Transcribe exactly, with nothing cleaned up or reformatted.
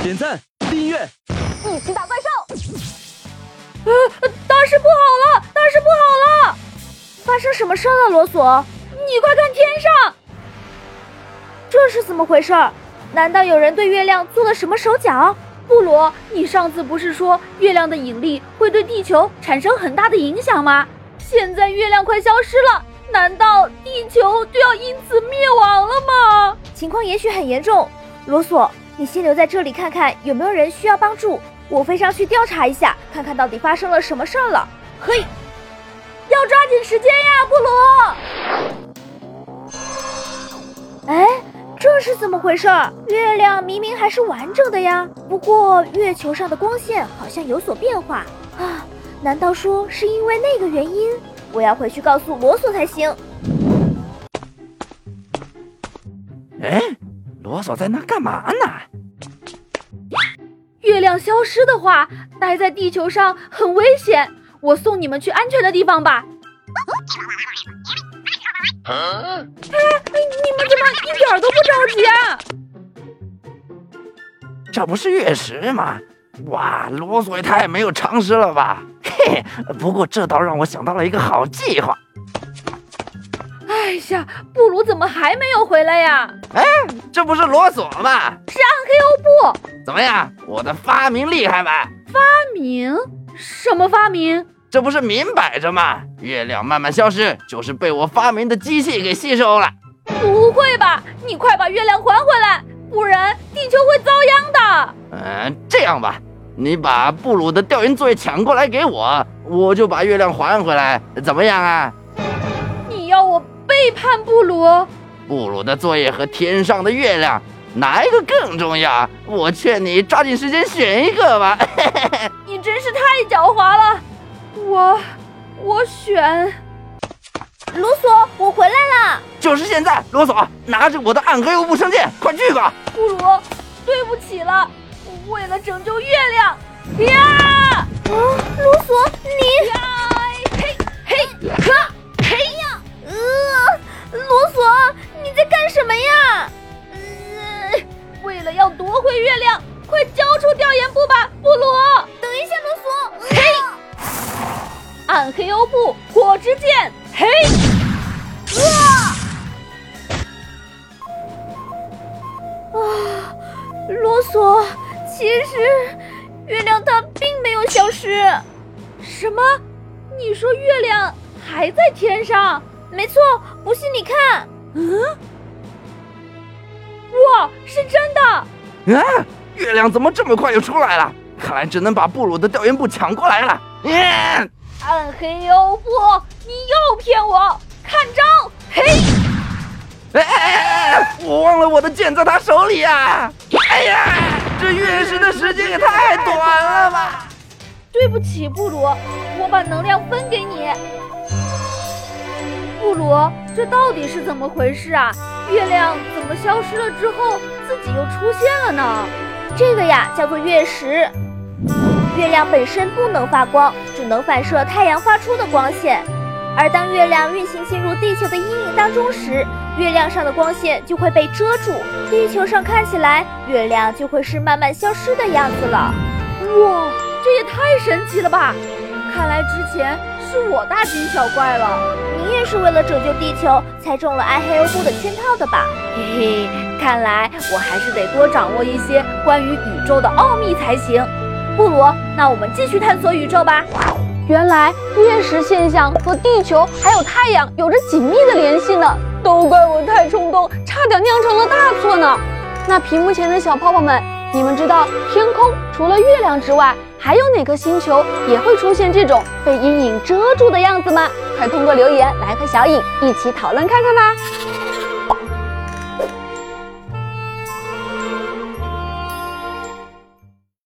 点赞、订阅， 一起打怪兽！ 呃，大事不好了！大事不好了！发生什么事了，罗索？你快看天上！这是怎么回事？难道有人对月亮做了什么手脚？布罗，你上次不是说月亮的引力会对地球产生很大的影响吗？现在月亮快消失了，难道地球就要因此灭亡了吗？情况也许很严重，罗索，你先留在这里看看有没有人需要帮助，我飞上去调查一下，看看到底发生了什么事儿了。嘿，要抓紧时间呀，布罗！哎，这是怎么回事？月亮明明还是完整的呀，不过月球上的光线好像有所变化啊！难道说是因为那个原因？我要回去告诉罗索才行。 哎，罗索在那干嘛呢？ 月亮消失的话，待在地球上很危险，我送你们去安全的地方吧。哎，你们怎么一点都不着急啊？ 这不是月食吗？哇，罗索也太没有常识了吧！嘿，不过这倒让我想到了一个好计划。 哎呀，布鲁怎么还没有回来呀？ 哎，这不是罗索吗？ 是暗黑欧布。 怎么样，我的发明厉害吧？ 发明？什么发明？ 这不是明摆着吗？月亮慢慢消失，就是被我发明的机器给吸收了。 不会吧？你快把月亮还回来，不然地球会遭殃的。 嗯、呃，这样吧，你把布鲁的调研作业抢过来给我，我就把月亮还回来，怎么样啊？ 你要我背叛布鲁？ 布鲁的作业和天上的月亮，哪一个更重要？我劝你抓紧时间选一个吧。 你真是太狡猾了。我，我选。罗索，我回来了。 就是现在，罗索，拿着我的暗黑欧布圣剑，快去吧。 布鲁，对不起了，为了拯救月亮。呀！啊，罗索，你呀，嘿，嘿，哈，嘿呀，呃，罗索，你在干什么呀？呃，为了要夺回月亮，快交出调研部吧，布鲁。等一下，罗索。嘿。暗黑欧布火之剑，嘿！啊！啊，罗索，其实月亮它并没有消失。什么？你说月亮还在天上？没错，不信你看。嗯？哇，是真的！ 啊，月亮怎么这么快就出来了？看来只能把布鲁的调研部抢过来了。嗯。 暗黑欧布，你又骗我！看招！嘿！ 哎哎哎！我忘了我的剑在他手里啊！哎呀，这月食的时间也太短了吧！ 对不起，布鲁，我把能量分给你。布鲁，这到底是怎么回事啊？月亮怎么消失了之后自己又出现了呢？这个呀，叫做月食。月亮本身不能发光，只能反射太阳发出的光线。而当月亮运行进入地球的阴影当中时，月亮上的光线就会被遮住，地球上看起来月亮就会是慢慢消失的样子了。哇，这也太神奇了吧！看来之前是我大惊小怪了。你也是为了拯救地球才中了暗黑欧布的圈套的吧？嘿嘿，看来我还是得多掌握一些关于宇宙的奥秘才行。布鲁，那我们继续探索宇宙吧。原来月食现象和地球还有太阳有着紧密的联系呢，都怪我太冲动，差点酿成了大错呢。那屏幕前的小泡泡们，你们知道天空除了月亮之外，还有哪个星球也会出现这种被阴影遮住的样子吗？快通过留言来和小颖一起讨论看看吧。